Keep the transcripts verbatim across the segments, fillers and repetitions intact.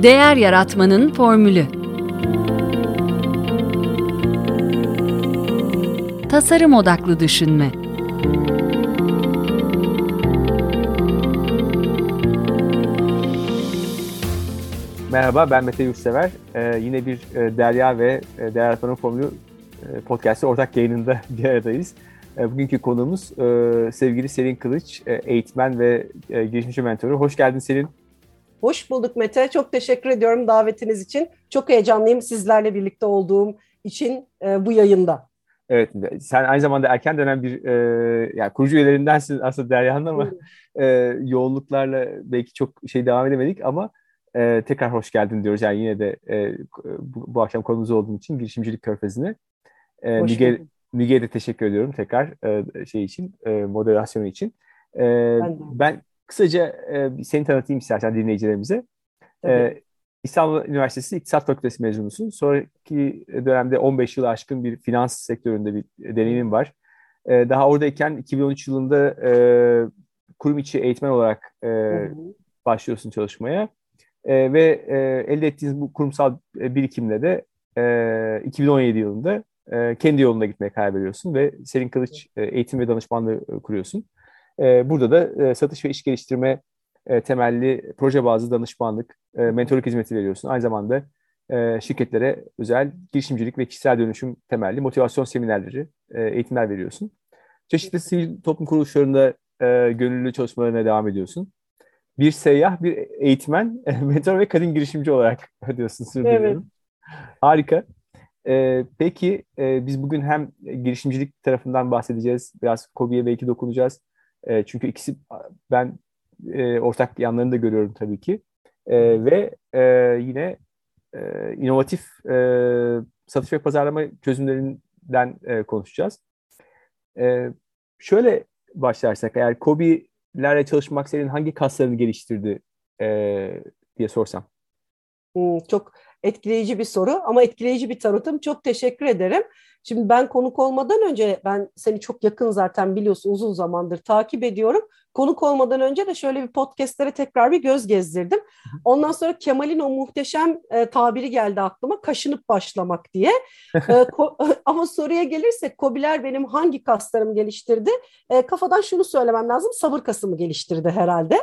Değer yaratmanın formülü. Tasarım odaklı düşünme. Merhaba, ben Mete Yurtsever. Ee, yine bir e, Derya ve e, Değer Yaratmanın Formülü e, podcast'ı ortak yayınında bir aradayız. E, bugünkü konuğumuz e, sevgili Selin Kılıç, e, eğitmen ve e, girişimci mentoru. Hoş geldin Selin. Hoş bulduk Mete. Çok teşekkür ediyorum davetiniz için. Çok heyecanlıyım sizlerle birlikte olduğum için e, bu yayında. Evet, sen aynı zamanda erken dönem bir e, yani kurucu üyelerindensin aslında Derya'nın ama e, yoğunluklarla belki çok şey devam edemedik ama e, tekrar hoş geldin diyoruz. Yani yine de e, bu, bu akşam konumuz olduğu için girişimcilik körfezine. E, Müge, Müge'ye de teşekkür ediyorum tekrar e, şey için, e, moderasyonu için. E, ben, ben kısaca e, seni tanıtayım istersen dinleyicilerimize. E, İstanbul Üniversitesi İktisat Fakültesi mezunusun. Sonraki dönemde on beş yılı aşkın bir finans sektöründe bir deneyimim var. E, daha oradayken iki bin on üç yılında e, kurum içi eğitmen olarak e, başlıyorsun çalışmaya. E, ve e, elde ettiğiniz bu kurumsal birikimle de e, iki bin on yedi yılında e, kendi yolunda gitmeye karar veriyorsun ve Selin Kılıç e, eğitim ve danışmanlığı e, kuruyorsun. E, burada da e, satış ve iş geliştirme e, temelli proje bazlı danışmanlık, e, mentorluk hizmeti veriyorsun. Aynı zamanda e, şirketlere özel girişimcilik ve kişisel dönüşüm temelli motivasyon seminerleri, e, eğitimler veriyorsun. Çeşitli sivil toplum kuruluşlarında e, gönüllü çalışmalarına devam ediyorsun. Bir seyyah, bir eğitmen, mentor ve kadın girişimci olarak diyorsun, sürdürüyorum. Evet. Harika. Ee, peki e, biz bugün hem girişimcilik tarafından bahsedeceğiz, biraz KOBİ'ye belki dokunacağız. E, çünkü ikisi ben e, ortak yanlarını da görüyorum tabii ki. E, ve e, yine e, inovatif e, satış ve pazarlama çözümlerinden e, konuşacağız. E, şöyle başlarsak, eğer KOBİ lerle çalışmak senin hangi kaslarını geliştirdi e, diye sorsam. Hmm, çok etkileyici bir soru ama etkileyici bir tanıtım. Çok teşekkür ederim. Şimdi ben konuk olmadan önce, ben seni çok yakın zaten biliyorsun, uzun zamandır takip ediyorum. Konuk olmadan önce de şöyle bir podcastlere tekrar bir göz gezdirdim. Ondan sonra Kemal'in o muhteşem e, tabiri geldi aklıma, kaşınıp başlamak diye. e, ko- ama soruya gelirsek, KOBİ'ler benim hangi kaslarımı geliştirdi? E, kafadan şunu söylemem lazım, sabır kasımı geliştirdi herhalde.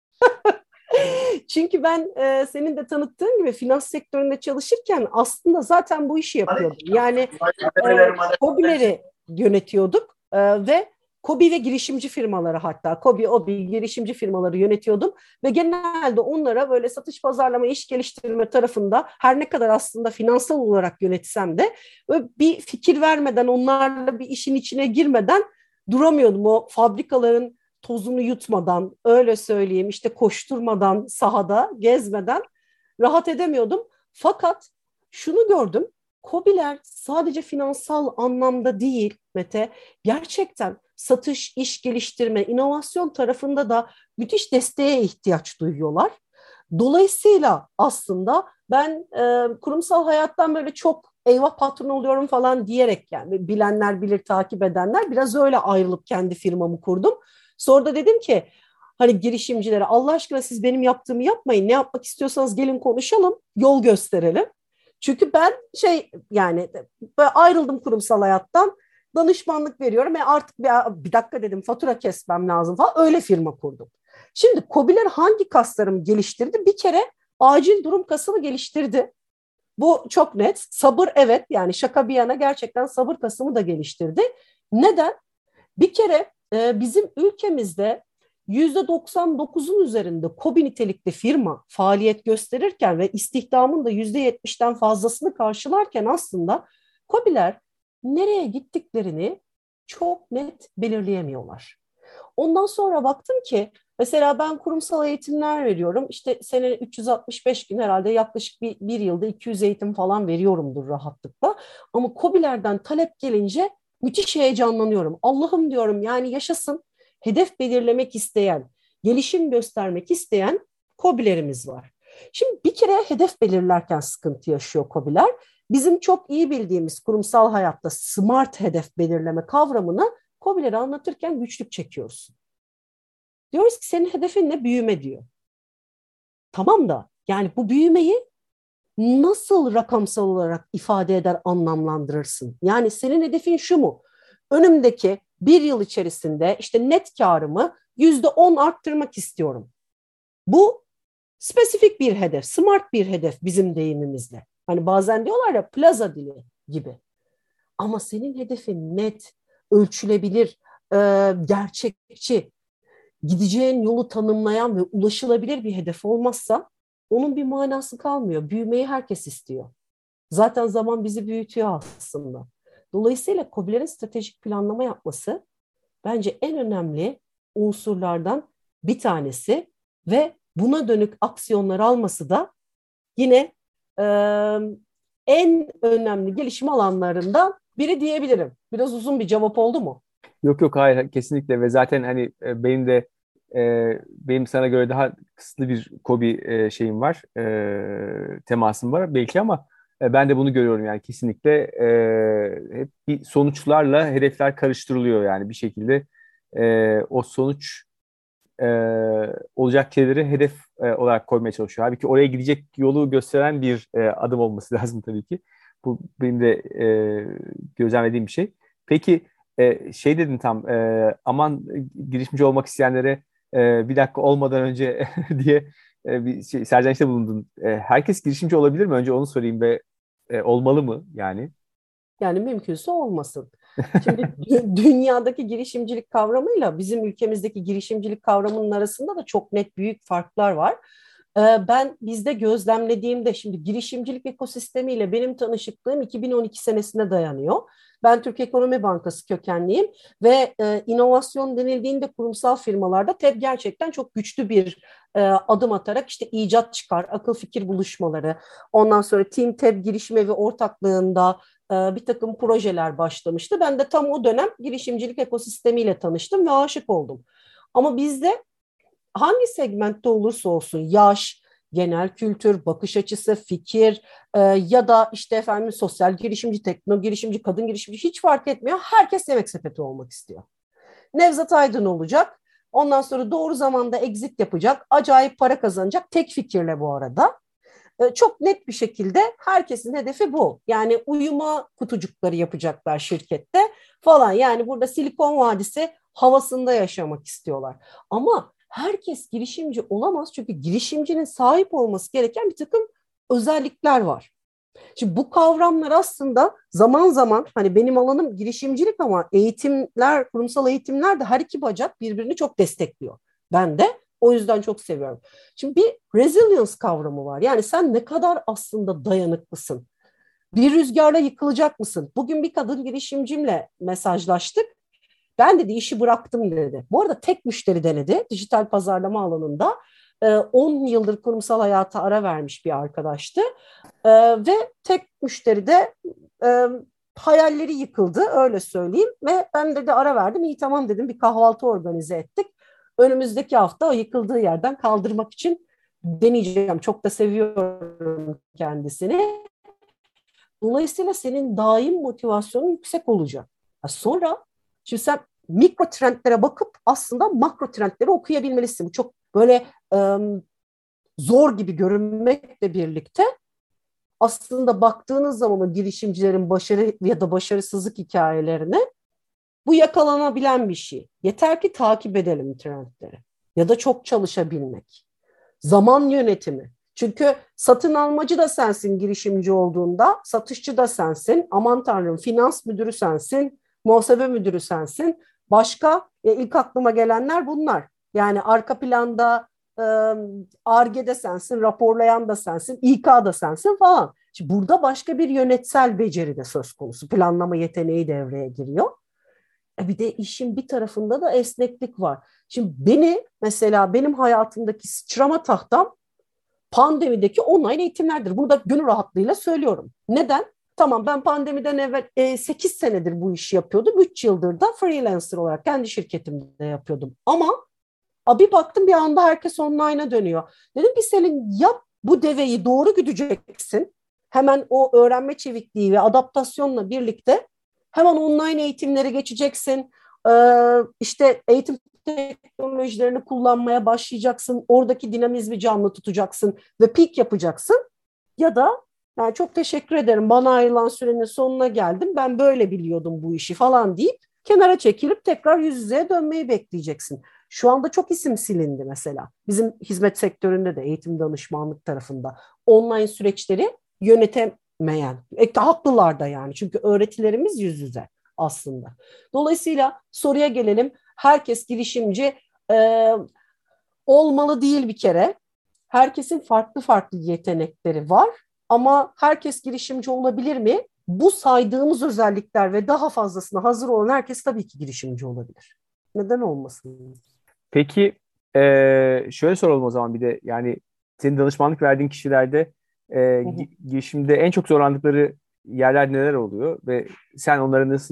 Çünkü ben e, senin de tanıttığın gibi finans sektöründe çalışırken aslında zaten bu işi yapıyordum. Yani e, KOBİ'leri yönetiyorduk e, ve KOBİ ve girişimci firmaları, hatta KOBİ, OBİ girişimci firmaları yönetiyordum. Ve genelde onlara böyle satış, pazarlama, iş geliştirme tarafında her ne kadar aslında finansal olarak yönetsem de bir fikir vermeden, onlarla bir işin içine girmeden duramıyordum. O fabrikaların tozunu yutmadan, öyle söyleyeyim, işte koşturmadan, sahada gezmeden rahat edemiyordum. Fakat şunu gördüm, KOBİ'ler sadece finansal anlamda değil Mete, gerçekten satış, iş geliştirme, inovasyon tarafında da müthiş desteğe ihtiyaç duyuyorlar. Dolayısıyla aslında ben e, kurumsal hayattan böyle çok eyvah patron oluyorum falan diyerek, yani bilenler bilir, takip edenler, biraz öyle ayrılıp kendi firmamı kurdum. Sonra da dedim ki hani girişimcilere, Allah aşkına siz benim yaptığımı yapmayın. Ne yapmak istiyorsanız gelin konuşalım, yol gösterelim. Çünkü ben şey yani ayrıldım kurumsal hayattan, danışmanlık veriyorum. E artık bir, bir dakika dedim, fatura kesmem lazım falan, öyle firma kurdum. Şimdi KOBİ'ler hangi kaslarımı geliştirdi? Bir kere acil durum kasını geliştirdi. Bu çok net. Sabır, evet, yani şaka bir yana gerçekten sabır kasımı da geliştirdi. Neden? Bir kere e, bizim ülkemizde yüzde doksan dokuzun üzerinde KOBİ nitelikli firma faaliyet gösterirken ve istihdamın da yüzde yetmişten fazlasını karşılarken aslında KOBİ'ler nereye gittiklerini çok net belirleyemiyorlar. Ondan sonra baktım ki mesela ben kurumsal eğitimler veriyorum. İşte sene üç yüz altmış beş gün, herhalde yaklaşık bir, bir yılda iki yüz eğitim falan veriyorumdur rahatlıkla. Ama KOBİ'lerden talep gelince müthiş heyecanlanıyorum. Allah'ım diyorum, yani yaşasın, hedef belirlemek isteyen, gelişim göstermek isteyen KOBİ'lerimiz var. Şimdi bir kere hedef belirlerken sıkıntı yaşıyor KOBİ'ler. Bizim çok iyi bildiğimiz kurumsal hayatta SMART hedef belirleme kavramını KOBİ'leri anlatırken güçlük çekiyoruz. Diyoruz ki senin hedefin ne? Büyüme diyor. Tamam da Yani bu büyümeyi nasıl rakamsal olarak ifade eder, anlamlandırırsın? Yani senin hedefin şu mu? Önümdeki bir yıl içerisinde işte net karımı yüzde on arttırmak istiyorum. Bu spesifik bir hedef, smart bir hedef bizim deyimimizde. Hani bazen diyorlar ya plaza dili gibi. Ama senin hedefin net, ölçülebilir, e, gerçekçi, gideceğin yolu tanımlayan ve ulaşılabilir bir hedef olmazsa onun bir manası kalmıyor. Büyümeyi herkes istiyor. Zaten zaman bizi büyütüyor aslında. Dolayısıyla KOBİ'lerin stratejik planlama yapması bence en önemli unsurlardan bir tanesi ve buna dönük aksiyonlar alması da yine e, en önemli gelişim alanlarından biri diyebilirim. Biraz uzun bir cevap oldu mu? Yok yok, hayır, kesinlikle. Ve zaten hani e, benim de e, benim sana göre daha kısıtlı bir KOBİ e, şeyim var, e, temasım var belki, ama e, ben de bunu görüyorum yani kesinlikle. E, hep bir sonuçlarla hedefler karıştırılıyor yani bir şekilde e, o sonuç e, olacak şeyleri hedef e, olarak koymaya çalışıyor. Halbuki oraya gidecek yolu gösteren bir e, adım olması lazım tabii ki. Bu benim de e, gözlemlediğim bir şey. Peki, e, şey dedin tam, e, aman girişimci olmak isteyenlere e, bir dakika olmadan önce diye e, bir şey, serzenişte bulundun. E, herkes girişimci olabilir mi? Önce onu sorayım ve e, olmalı mı yani? Yani mümkünse olmasın. Şimdi dü- dünyadaki girişimcilik kavramıyla bizim ülkemizdeki girişimcilik kavramının arasında da çok net büyük farklar var. Ee, Ben bizde gözlemlediğimde şimdi girişimcilik ekosistemiyle benim tanışıklığım iki bin on iki senesine dayanıyor. Ben Türk Ekonomi Bankası kökenliyim ve e, inovasyon denildiğinde kurumsal firmalarda TEB gerçekten çok güçlü bir e, adım atarak işte icat çıkar, akıl fikir buluşmaları, ondan sonra Team TEB girişim evi ortaklığında bir takım projeler başlamıştı. Ben de tam o dönem girişimcilik ekosistemiyle tanıştım ve aşık oldum. Ama bizde hangi segmentte olursa olsun yaş, genel kültür, bakış açısı, fikir e, ya da işte efendim sosyal girişimci, tekno girişimci, kadın girişimci hiç fark etmiyor. Herkes yemek sepeti olmak istiyor. Nevzat Aydın olacak. Ondan sonra doğru zamanda exit yapacak. Acayip para kazanacak. Tek fikirle bu arada. Çok net bir şekilde herkesin hedefi bu. Yani uyuma kutucukları yapacaklar şirkette falan. Yani burada Silikon Vadisi havasında yaşamak istiyorlar. Ama herkes girişimci olamaz çünkü girişimcinin sahip olması gereken bir takım özellikler var. Şimdi bu kavramlar aslında zaman zaman hani benim alanım girişimcilik ama eğitimler, kurumsal eğitimler de her iki bacak birbirini çok destekliyor. Ben de o yüzden çok seviyorum. Şimdi bir resilience kavramı var. Yani sen ne kadar aslında dayanıklısın? Bir rüzgarla yıkılacak mısın? Bugün bir kadın girişimcimle mesajlaştık. Ben dedi işi bıraktım dedi. Bu arada tek müşteri denedi dijital pazarlama alanında. on yıldır kurumsal hayata ara vermiş bir arkadaştı. Ve tek müşteri de hayalleri yıkıldı öyle söyleyeyim. Ve ben dedi ara verdim. İyi tamam dedim, bir kahvaltı organize ettik. Önümüzdeki hafta o yıkıldığı yerden kaldırmak için deneyeceğim. Çok da seviyorum kendisini. Dolayısıyla senin daim motivasyonun yüksek olacak. Sonra şimdi sen mikro trendlere bakıp aslında makro trendleri okuyabilmelisin. Bu çok böyle e, zor gibi görünmekle birlikte aslında baktığınız zaman o girişimcilerin başarı ya da başarısızlık hikayelerine bu yakalanabilen bir şey. Yeter ki takip edelim trendleri ya da çok çalışabilmek. Zaman yönetimi. Çünkü satın almacı da sensin girişimci olduğunda, satışçı da sensin, aman tanrım finans müdürü sensin, muhasebe müdürü sensin. Başka e, ilk aklıma gelenler bunlar. Yani arka planda Ar-Ge'de sensin, raporlayan da sensin, İK da sensin falan. Şimdi burada başka bir yönetsel beceri de söz konusu. Planlama yeteneği devreye giriyor. E bir de işin bir tarafında da esneklik var. Şimdi beni mesela benim hayatımdaki sıçrama tahtam pandemideki online eğitimlerdir. Bunu da gönül rahatlığıyla söylüyorum. Neden? Tamam ben pandemiden evvel e, sekiz senedir bu işi yapıyordum. üç yıldır da freelancer olarak kendi şirketimde yapıyordum. Ama bir baktım bir anda herkes online'a dönüyor. Dedim ki Selin yap bu deveyi doğru güdeceksin. Hemen o öğrenme çevikliği ve adaptasyonla birlikte hemen online eğitimlere geçeceksin. Ee, işte eğitim teknolojilerini kullanmaya başlayacaksın. Oradaki dinamizmi canlı tutacaksın ve peak yapacaksın. Ya da yani çok teşekkür ederim, bana ayrılan sürenin sonuna geldim, ben böyle biliyordum bu işi falan deyip kenara çekilip tekrar yüz yüzeye dönmeyi bekleyeceksin. Şu anda çok isim silindi mesela. Bizim hizmet sektöründe de eğitim danışmanlık tarafında online süreçleri yönetemeyen. E, haklılar da yani, çünkü öğretilerimiz yüz yüze aslında. Dolayısıyla soruya gelelim. Herkes girişimci e, olmalı değil bir kere. Herkesin farklı farklı yetenekleri var ama herkes girişimci olabilir mi? Bu saydığımız özellikler ve daha fazlasına hazır olan herkes tabii ki girişimci olabilir. Neden olmasın? Peki e, şöyle soralım o zaman bir de, yani senin danışmanlık verdiğin kişilerde e, gi- girişimde en çok zorlandıkları yerler neler oluyor ve sen onlara nasıl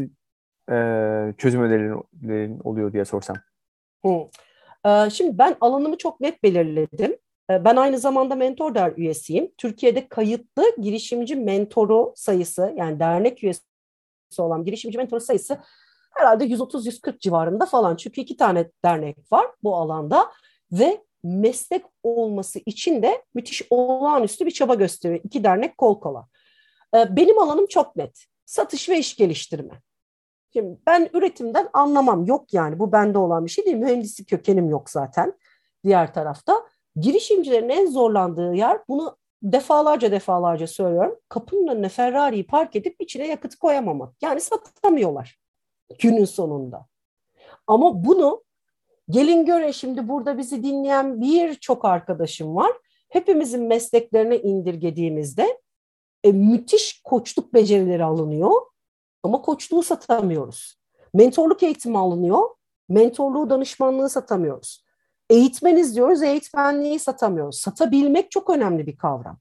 e, çözüm önerilerin oluyor diye sorsam. Hı. Ee, Şimdi ben alanımı çok net belirledim. Ee, Ben aynı zamanda Mentor üyesiyim. Türkiye'de kayıtlı girişimci mentoru sayısı, yani dernek üyesi olan girişimci mentoru sayısı herhalde yüz otuz yüz kırk civarında falan. Çünkü iki tane dernek var bu alanda ve meslek olması için de müthiş, olağanüstü bir çaba gösteriyor. İki dernek kol kola. Ee, Benim alanım çok net. Satış ve iş geliştirme. Şimdi ben üretimden anlamam, yok yani, bu bende olan bir şey değil. Mühendislik kökenim yok zaten diğer tarafta. Girişimcilerin en zorlandığı yer, bunu defalarca defalarca söylüyorum, kapının önüne Ferrari'yi park edip içine yakıt koyamamak. Yani satamıyorlar günün sonunda. Ama bunu gelin göre, şimdi burada bizi dinleyen birçok arkadaşım var. Hepimizin mesleklerine indirgediğimizde e, müthiş koçluk becerileri alınıyor. Ama koçluğu satamıyoruz. Mentorluk eğitimi alınıyor. Mentorluğu, danışmanlığı satamıyoruz. Eğitmeniz diyoruz, eğitmenliği satamıyoruz. Satabilmek çok önemli bir kavram.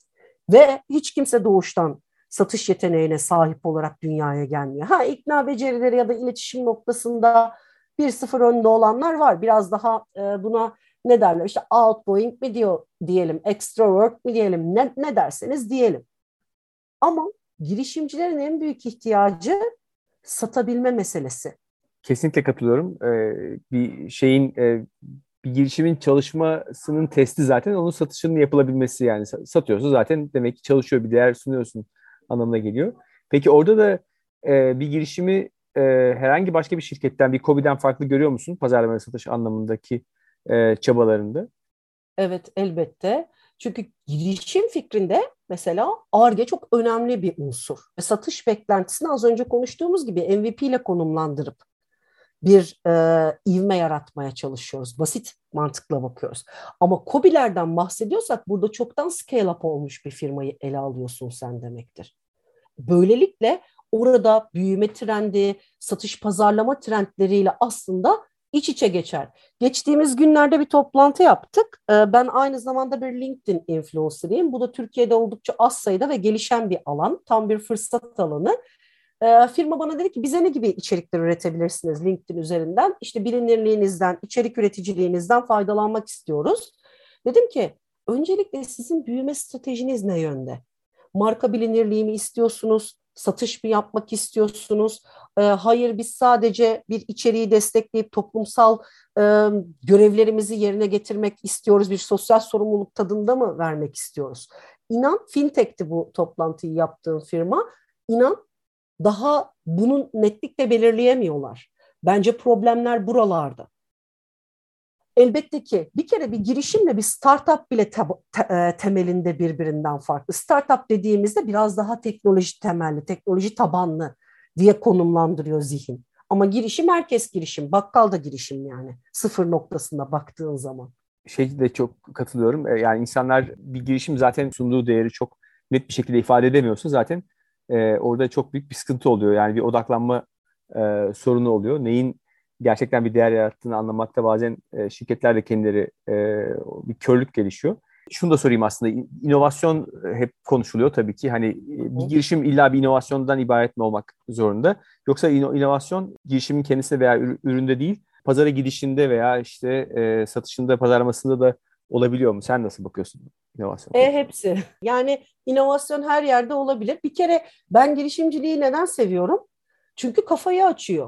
Ve hiç kimse doğuştan satış yeteneğine sahip olarak dünyaya gelmiyor. Ha, ikna becerileri ya da iletişim noktasında bir sıfır önde olanlar var. Biraz daha e, buna ne derler? İşte outgoing mi diyor diyelim, extrovert mi diyelim, ne, ne derseniz diyelim. Ama girişimcilerin en büyük ihtiyacı satabilme meselesi. Kesinlikle katılıyorum. Ee, bir şeyin e, bir girişimin çalışmasının testi zaten onun satışının yapılabilmesi, yani satıyorsun zaten demek ki çalışıyor, bir değer sunuyorsun anlamına geliyor. Peki orada da e, bir girişimi e, herhangi başka bir şirketten, bir KOBİ'den farklı görüyor musun pazarlama ve satış anlamındaki e, çabalarında? Evet, elbette. Çünkü girişim fikrinde mesela Ar-Ge çok önemli bir unsur. Ve satış beklentisini az önce konuştuğumuz gibi M V P ile konumlandırıp bir e, ivme yaratmaya çalışıyoruz. Basit mantıkla bakıyoruz. Ama KOBİ'lerden bahsediyorsak burada çoktan scale up olmuş bir firmayı ele alıyorsun sen demektir. Böylelikle orada büyüme trendi, satış pazarlama trendleriyle aslında iç içe geçer. Geçtiğimiz günlerde bir toplantı yaptık. Ben aynı zamanda bir LinkedIn influencer'ıyım. Bu da Türkiye'de oldukça az sayıda ve gelişen bir alan. Tam bir fırsat alanı. Firma bana dedi ki, bize ne gibi içerikler üretebilirsiniz LinkedIn üzerinden? İşte bilinirliğinizden, içerik üreticiliğinizden faydalanmak istiyoruz. Dedim ki, öncelikle sizin büyüme stratejiniz ne yönde? Marka bilinirliği mi istiyorsunuz? Satış mı yapmak istiyorsunuz? E, hayır, biz sadece bir içeriği destekleyip toplumsal e, görevlerimizi yerine getirmek istiyoruz. Bir sosyal sorumluluk tadında mı vermek istiyoruz? İnan, fintech'ti bu toplantıyı yaptığım firma. İnan, daha bunun netlikle belirleyemiyorlar. Bence problemler buralarda. Elbette ki bir kere bir girişimle bir startup bile te- te- temelinde birbirinden farklı. Startup dediğimizde biraz daha teknoloji temelli, teknoloji tabanlı diye konumlandırıyor zihin. Ama girişim, herkes girişim. Bakkal da girişim yani. Sıfır noktasında baktığın zaman. Şey de çok katılıyorum. E, Yani insanlar bir girişim zaten sunduğu değeri çok net bir şekilde ifade edemiyorsa zaten e, orada çok büyük bir sıkıntı oluyor. Yani bir odaklanma e, sorunu oluyor. Neyin gerçekten bir değer yarattığını anlamakta bazen e, şirketler de kendileri e, bir körlük gelişiyor. Şunu da sorayım aslında. İ- İnovasyon hep konuşuluyor tabii ki. Hani e, bir girişim illa bir inovasyondan ibaret mi olmak zorunda? Yoksa ino- inovasyon girişimin kendisinde veya ür- üründe değil, pazara gidişinde veya işte e, satışında, pazarlamasında da olabiliyor mu? Sen nasıl bakıyorsun inovasyon E konusuna? hepsi. Yani inovasyon her yerde olabilir. Bir kere ben girişimciliği neden seviyorum? Çünkü kafayı açıyor.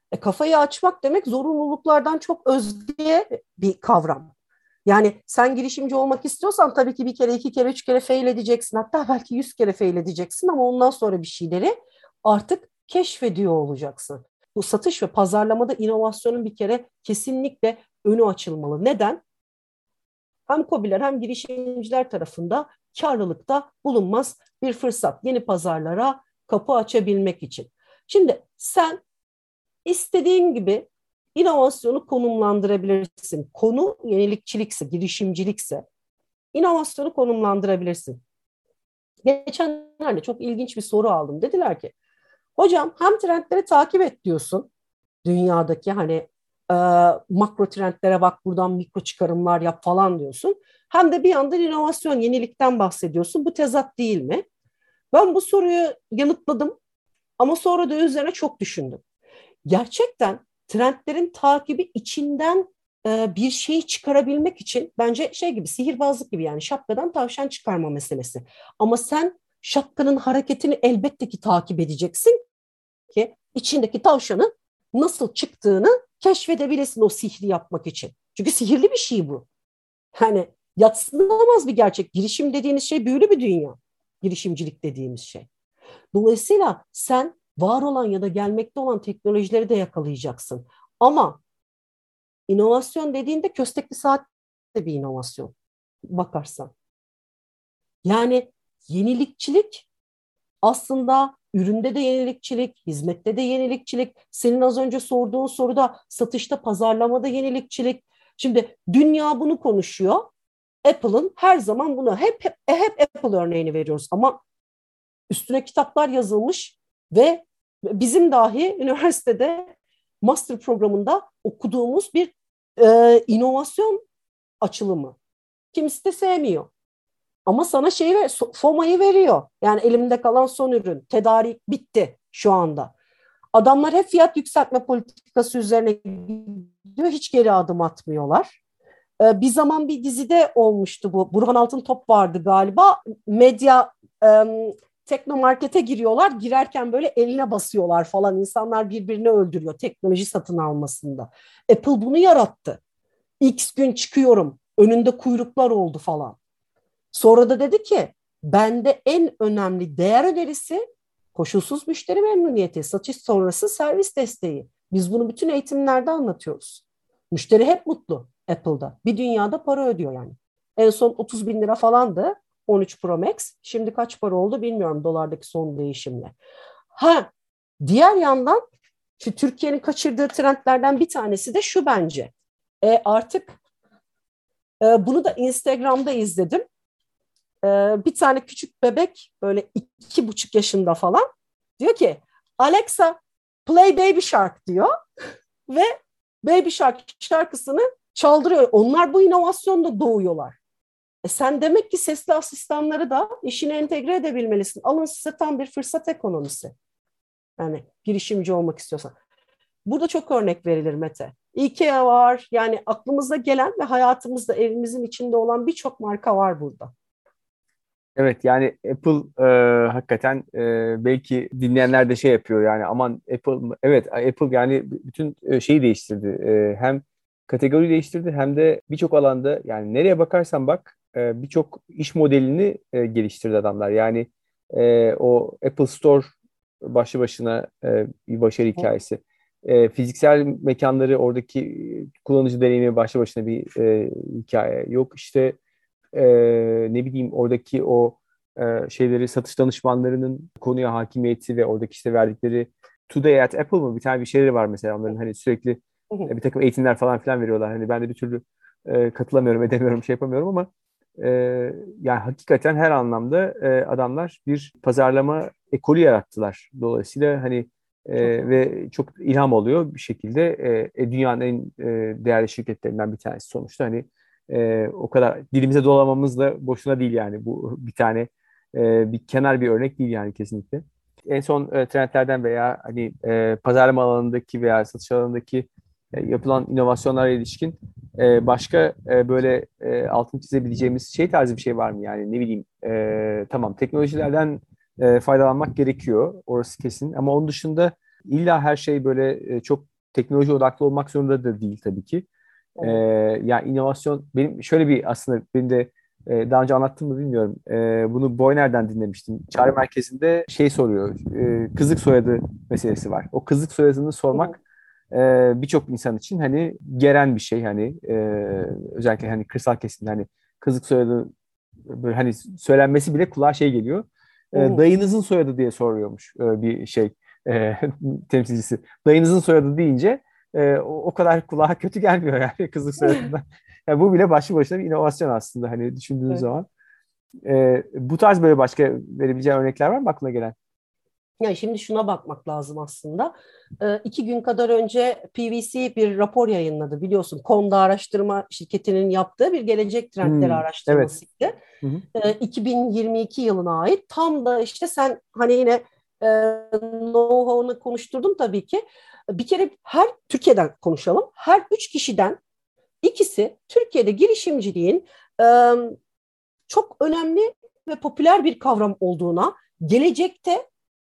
E, kafayı açmak demek zorunluluklardan çok özge bir kavram. Yani sen girişimci olmak istiyorsan tabii ki bir kere, iki kere, üç kere fail edeceksin. Hatta belki yüz kere fail edeceksin ama ondan sonra bir şeyleri artık keşfediyor olacaksın. Bu satış ve pazarlamada inovasyonun bir kere kesinlikle önü açılmalı. Neden? Hem KOBİ'ler hem girişimciler tarafında karlılıkta bulunmaz bir fırsat. Yeni pazarlara kapı açabilmek için. Şimdi sen istediğin gibi inovasyonu konumlandırabilirsin. Konu yenilikçilikse, girişimcilikse inovasyonu konumlandırabilirsin. Geçenlerde çok ilginç bir soru aldım. Dediler ki, hocam hem trendleri takip et diyorsun, dünyadaki hani e, makro trendlere bak, buradan mikro çıkarımlar yap falan diyorsun. Hem de bir yandan inovasyon, yenilikten bahsediyorsun. Bu tezat değil mi? Ben bu soruyu yanıtladım ama sonra da üzerine çok düşündüm. Gerçekten trendlerin takibi içinden e, bir şeyi çıkarabilmek için bence şey gibi, sihirbazlık gibi, yani şapkadan tavşan çıkarma meselesi. Ama sen şapkanın hareketini elbette ki takip edeceksin ki içindeki tavşanın nasıl çıktığını keşfedebilesin o sihri yapmak için. Çünkü sihirli bir şey bu. Yani yadsınamaz bir gerçek. Girişim dediğiniz şey büyülü bir dünya. Girişimcilik dediğimiz şey. Dolayısıyla sen var olan ya da gelmekte olan teknolojileri de yakalayacaksın. Ama inovasyon dediğinde köstekli saat de bir inovasyon bakarsan. Yani yenilikçilik aslında üründe de yenilikçilik, hizmette de yenilikçilik, senin az önce sorduğun soruda satışta, pazarlamada yenilikçilik. Şimdi dünya bunu konuşuyor. Apple'ın her zaman bunu hep hep, hep Apple örneğini veriyoruz ama üstüne kitaplar yazılmış ve bizim dahi üniversitede master programında okuduğumuz bir e, inovasyon açılımı. Kimisi de sevmiyor. Ama sana şeyi ver, FOMA'yı veriyor. Yani elimde kalan son ürün. Tedarik bitti şu anda. Adamlar hep fiyat yükseltme politikası üzerine gidiyor. Hiç geri adım atmıyorlar. Ee, bir zaman bir dizide olmuştu bu. Burhan Altıntop vardı galiba. Medya e, teknomarkete giriyorlar. Girerken böyle eline basıyorlar falan. İnsanlar birbirini öldürüyor teknoloji satın almasında. Apple bunu yarattı. X gün çıkıyorum. Önünde kuyruklar oldu falan. Sonra da dedi ki, bende en önemli değer önerisi koşulsuz müşteri memnuniyeti, satış sonrası servis desteği. Biz bunu bütün eğitimlerde anlatıyoruz. Müşteri hep mutlu Apple'da. Bir dünyada para ödüyor yani. En son otuz bin lira falandı on üç Pro Max. Şimdi kaç para oldu bilmiyorum dolardaki son değişimle. Ha, diğer yandan şu Türkiye'nin kaçırdığı trendlerden bir tanesi de şu bence. E, artık e, bunu da Instagram'da izledim. Bir tane küçük bebek böyle iki buçuk yaşında falan diyor ki, Alexa play Baby Shark diyor ve Baby Shark şarkısını çaldırıyor. Onlar bu inovasyonda doğuyorlar. E sen demek ki sesli asistanları da işine entegre edebilmelisin. Alın size tam bir fırsat ekonomisi. Yani girişimci olmak istiyorsan. Burada çok örnek verilir Mete. IKEA var, yani aklımıza gelen ve hayatımızda, evimizin içinde olan birçok marka var burada. Evet, yani Apple e, hakikaten e, belki dinleyenler de şey yapıyor yani, aman Apple, evet Apple yani bütün şeyi değiştirdi. E, hem kategori değiştirdi hem de birçok alanda, yani nereye bakarsan bak e, birçok iş modelini e, geliştirdi adamlar. Yani e, o Apple Store başlı başına e, bir başarı hikayesi. E, fiziksel mekanları, oradaki kullanıcı deneyimi başlı başına bir e, hikaye. Yok işte e, ne bileyim oradaki o e, şeyleri, satış danışmanlarının konuya hakimiyeti ve oradaki işte verdikleri Today at Apple mı bir tane bir şeyleri var mesela, onların hani sürekli e, bir takım eğitimler falan filan veriyorlar. Hani ben de bir türlü e, katılamıyorum, edemiyorum, şey yapamıyorum ama e, yani hakikaten her anlamda e, adamlar bir pazarlama ekolü yarattılar. Dolayısıyla hani e, ve çok ilham oluyor bir şekilde. E, e, dünyanın en e, değerli şirketlerinden bir tanesi sonuçta. Hani e, o kadar dilimize dolamamız da boşuna değil yani, bu bir tane e, bir kenar bir örnek değil yani, kesinlikle. En son e, trendlerden veya hani e, pazarlama alanındaki veya satış alanındaki e, yapılan inovasyonlara ilişkin e, başka e, böyle e, altını çizebileceğimiz şey tarzı bir şey var mı? Yani ne bileyim e, tamam, teknolojilerden e, faydalanmak gerekiyor, orası kesin, ama onun dışında illa her şey böyle e, çok teknoloji odaklı olmak zorunda da değil tabii ki. Ee, yani inovasyon, benim şöyle bir aslında benim de e, daha önce anlattım mı bilmiyorum. E, bunu Boyner'den dinlemiştim. Çağrı merkezinde şey soruyor. E, kızlık soyadı meselesi var. O kızlık soyadını sormak e, birçok insan için hani geren bir şey, hani e, özellikle hani kırsal kesimde hani kızlık soyadı böyle hani söylenmesi bile kulağa şey geliyor. E, dayınızın soyadı diye soruyormuş e, bir şey e, temsilcisi. Dayınızın soyadı deyince e, o, o kadar kulağa kötü gelmiyor yani kızlık soyadından. Yani bu bile başlı başına bir inovasyon aslında hani düşündüğünüz evet. zaman. E, bu tarz böyle başka verebileceğin örnekler var mı aklına gelen? Yani şimdi şuna bakmak lazım aslında. Ee, iki gün kadar önce P V C bir rapor yayınladı, biliyorsun. Konda Araştırma Şirketi'nin yaptığı bir gelecek trendleri hmm, araştırmasıydı. Evet. Ee, iki bin yirmi iki yılına ait. Tam da işte sen hani yine e, know-how'unu konuşturdun tabii ki. Bir kere her Türkiye'den konuşalım. Her üç kişiden ikisi Türkiye'de girişimciliğin e, çok önemli ve popüler bir kavram olduğuna, gelecekte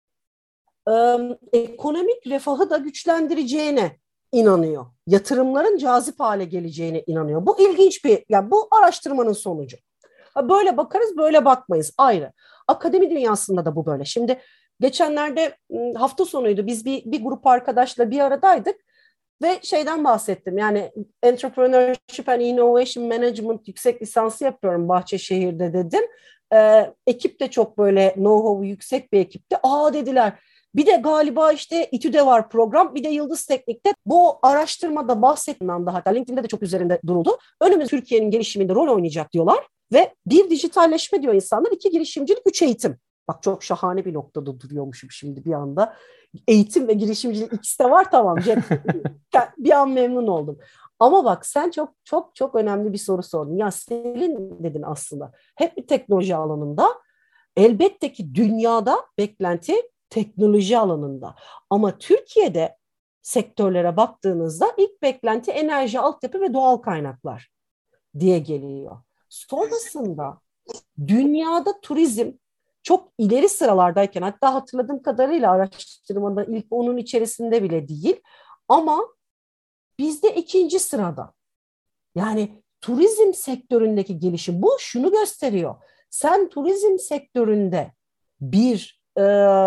e, ekonomik refahı da güçlendireceğine inanıyor. Yatırımların cazip hale geleceğine inanıyor. Bu ilginç bir, yani bu araştırmanın sonucu. Böyle bakarız, böyle bakmayız, ayrı. Akademi dünyasında da bu böyle. Şimdi geçenlerde hafta sonuydu, biz bir, bir grup arkadaşla bir aradaydık ve şeyden bahsettim. Yani Entrepreneurship and Innovation Management yüksek lisansı yapıyorum Bahçeşehir'de dedim. Ee, ekip de çok böyle know-how'u yüksek bir ekipti. Aa dediler, bir de galiba işte İTÜ'de var program, bir de Yıldız Teknik'te. Bu araştırmada bahsettiğimden da, hatta LinkedIn'de de çok üzerinde duruldu. Önümüz Türkiye'nin gelişiminde rol oynayacak diyorlar. Ve bir dijitalleşme diyor insanlar, iki girişimcilik, üç eğitim. Bak çok şahane bir noktada duruyormuşum şimdi bir anda. Eğitim ve girişimcilik ikisi de var, tamam. Bir an memnun oldum. Ama bak sen çok çok çok önemli bir soru sordun. Ya Selin dedin aslında. Hep bir teknoloji alanında. Elbette ki dünyada beklenti teknoloji alanında. Ama Türkiye'de sektörlere baktığınızda ilk beklenti enerji, altyapı ve doğal kaynaklar diye geliyor. Sonrasında dünyada turizm çok ileri sıralardayken, hatta hatırladığım kadarıyla araştırmada ilk onun içerisinde bile değil, ama bizde ikinci sırada. Yani turizm sektöründeki gelişim, bu şunu gösteriyor. Sen turizm sektöründe bir e,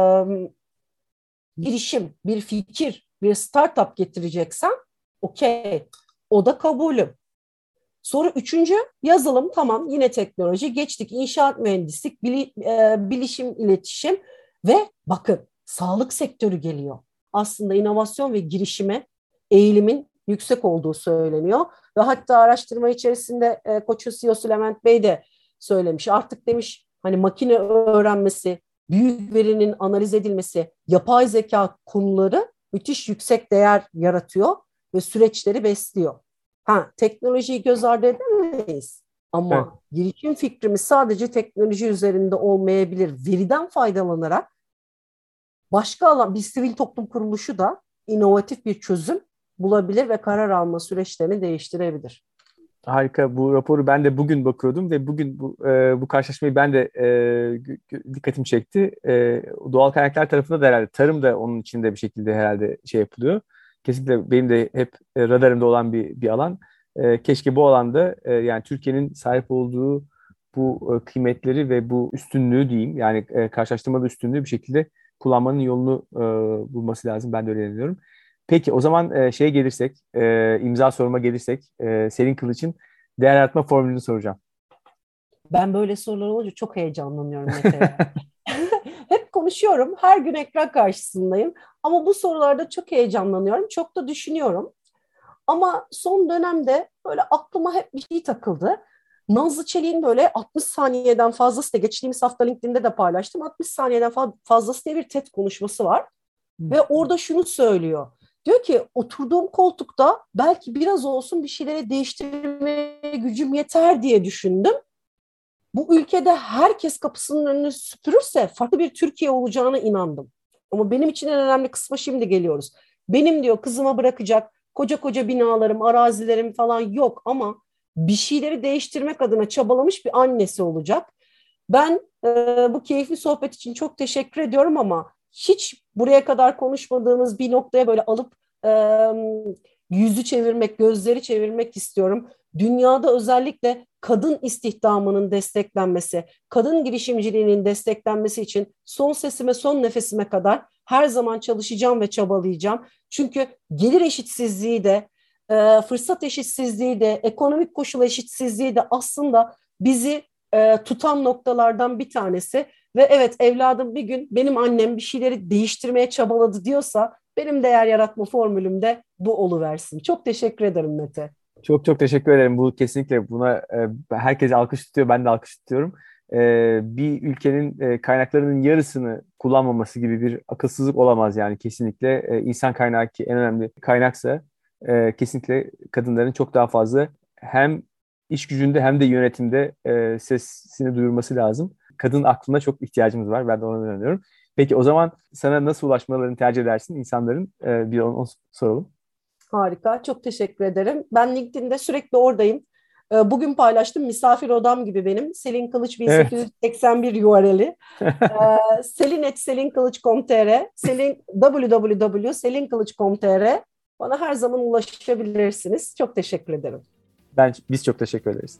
girişim, bir fikir, bir startup getireceksen okey, o da kabulüm. Soru üçüncü, yazılım, tamam, yine teknoloji, geçtik, inşaat mühendislik, bili, e, bilişim, iletişim ve bakın sağlık sektörü geliyor. Aslında inovasyon ve girişime eğilimin yüksek olduğu söyleniyor ve hatta araştırma içerisinde e, Koç'un C E O'su Levent Bey de söylemiş. Artık demiş, hani makine öğrenmesi, büyük verinin analiz edilmesi, yapay zeka konuları müthiş yüksek değer yaratıyor ve süreçleri besliyor. Ha, teknolojiyi göz ardı edemeyiz ama evet, girişim fikrimiz sadece teknoloji üzerinde olmayabilir. Veriden faydalanarak başka alan, bir sivil toplum kuruluşu da inovatif bir çözüm bulabilir ve karar alma süreçlerini değiştirebilir. Harika. Bu raporu ben de bugün bakıyordum ve bugün bu, e, bu karşılaşmayı ben de e, dikkatimi çekti. E, doğal kaynaklar tarafında da herhalde tarım da onun içinde bir şekilde herhalde şey yapılıyor. Kesinlikle benim de hep radarımda olan bir, bir alan. E, keşke bu alanda e, yani Türkiye'nin sahip olduğu bu e, kıymetleri ve bu üstünlüğü diyeyim, yani e, karşılaştırmada üstünlüğü bir şekilde kullanmanın yolunu e, bulması lazım. Ben de öyle inanıyorum. Peki o zaman e, şeye gelirsek, e, imza soruma gelirsek, e, Selin Kılıç'ın değer yaratma formülünü soracağım. Ben böyle sorular olunca çok heyecanlanıyorum Mete. Hep konuşuyorum, her gün ekran karşısındayım. Ama bu sorularda çok heyecanlanıyorum, çok da düşünüyorum. Ama son dönemde böyle aklıma hep bir şey takıldı. Nazlı Çelik'in böyle altmış saniyeden fazlası da, geçtiğimiz hafta LinkedIn'de de paylaştım. altmış saniyeden fazlası diye bir TED konuşması var. Hmm. Ve orada şunu söylüyor. Diyor ki oturduğum koltukta belki biraz olsun bir şeyleri değiştirmeye gücüm yeter diye düşündüm. Bu ülkede herkes kapısının önünü süpürürse farklı bir Türkiye olacağına inandım. Ama benim için en önemli kısma şimdi geliyoruz. Benim diyor kızıma bırakacak koca koca binalarım, arazilerim falan yok ama bir şeyleri değiştirmek adına çabalamış bir annesi olacak. Ben e, bu keyifli sohbet için çok teşekkür ediyorum ama hiç buraya kadar konuşmadığımız bir noktaya böyle alıp e, yüzü çevirmek, gözleri çevirmek istiyorum. Dünyada özellikle kadın istihdamının desteklenmesi, kadın girişimciliğinin desteklenmesi için son sesime, son nefesime kadar her zaman çalışacağım ve çabalayacağım. Çünkü gelir eşitsizliği de, e, fırsat eşitsizliği de, ekonomik koşul eşitsizliği de aslında bizi e, tutan noktalardan bir tanesi. Ve evet, evladım bir gün benim annem bir şeyleri değiştirmeye çabaladı diyorsa benim değer yaratma formülüm de bu oluversin. Çok teşekkür ederim Mete. Çok çok teşekkür ederim. Bu kesinlikle buna e, herkes alkış tutuyor. Ben de alkış tutuyorum. E, bir ülkenin e, kaynaklarının yarısını kullanmaması gibi bir akılsızlık olamaz yani kesinlikle. E, insan kaynağı ki en önemli kaynaksa e, kesinlikle kadınların çok daha fazla hem iş gücünde hem de yönetimde e, sesini duyurması lazım. Kadın aklına çok ihtiyacımız var. Ben de ona inanıyorum. Peki o zaman sana nasıl ulaşmalarını tercih edersin insanların? E, bir onu, onu soralım. Harika, çok teşekkür ederim. Ben LinkedIn'de sürekli oradayım. Bugün paylaştım, misafir odam gibi benim. Selin Kılıç bin sekiz yüz seksen bir evet. U R L'i. selin at selinkılıç nokta com nokta tr Selin double-u double-u double-u nokta selinkılıç nokta com nokta tr Bana her zaman ulaşabilirsiniz. Çok teşekkür ederim. Ben, biz çok teşekkür ederiz.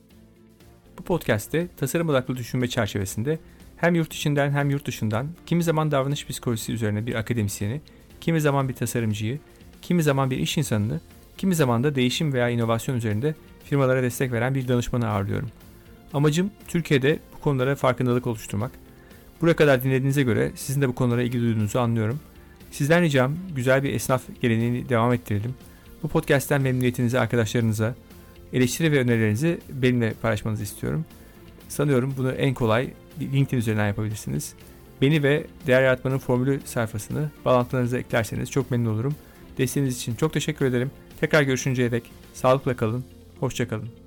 Bu podcast'te tasarım odaklı düşünme çerçevesinde hem yurt içinden hem yurt dışından kimi zaman davranış psikolojisi üzerine bir akademisyeni, kimi zaman bir tasarımcıyı, kimi zaman bir iş insanını, kimi zaman da değişim veya inovasyon üzerinde firmalara destek veren bir danışmanı ağırlıyorum. Amacım Türkiye'de bu konulara farkındalık oluşturmak. Buraya kadar dinlediğinize göre sizin de bu konulara ilgi duyduğunuzu anlıyorum. Sizden ricam güzel bir esnaf geleneğini devam ettirelim. Bu podcast'ten memnuniyetinizi arkadaşlarınıza, eleştiri ve önerilerinizi benimle paylaşmanızı istiyorum. Sanıyorum bunu en kolay LinkedIn üzerinden yapabilirsiniz. Beni ve Değer Yaratmanın Formülü sayfasını bağlantılarınıza eklerseniz çok memnun olurum. Desteğiniz için çok teşekkür ederim. Tekrar görüşünceye dek sağlıkla kalın, hoşça kalın.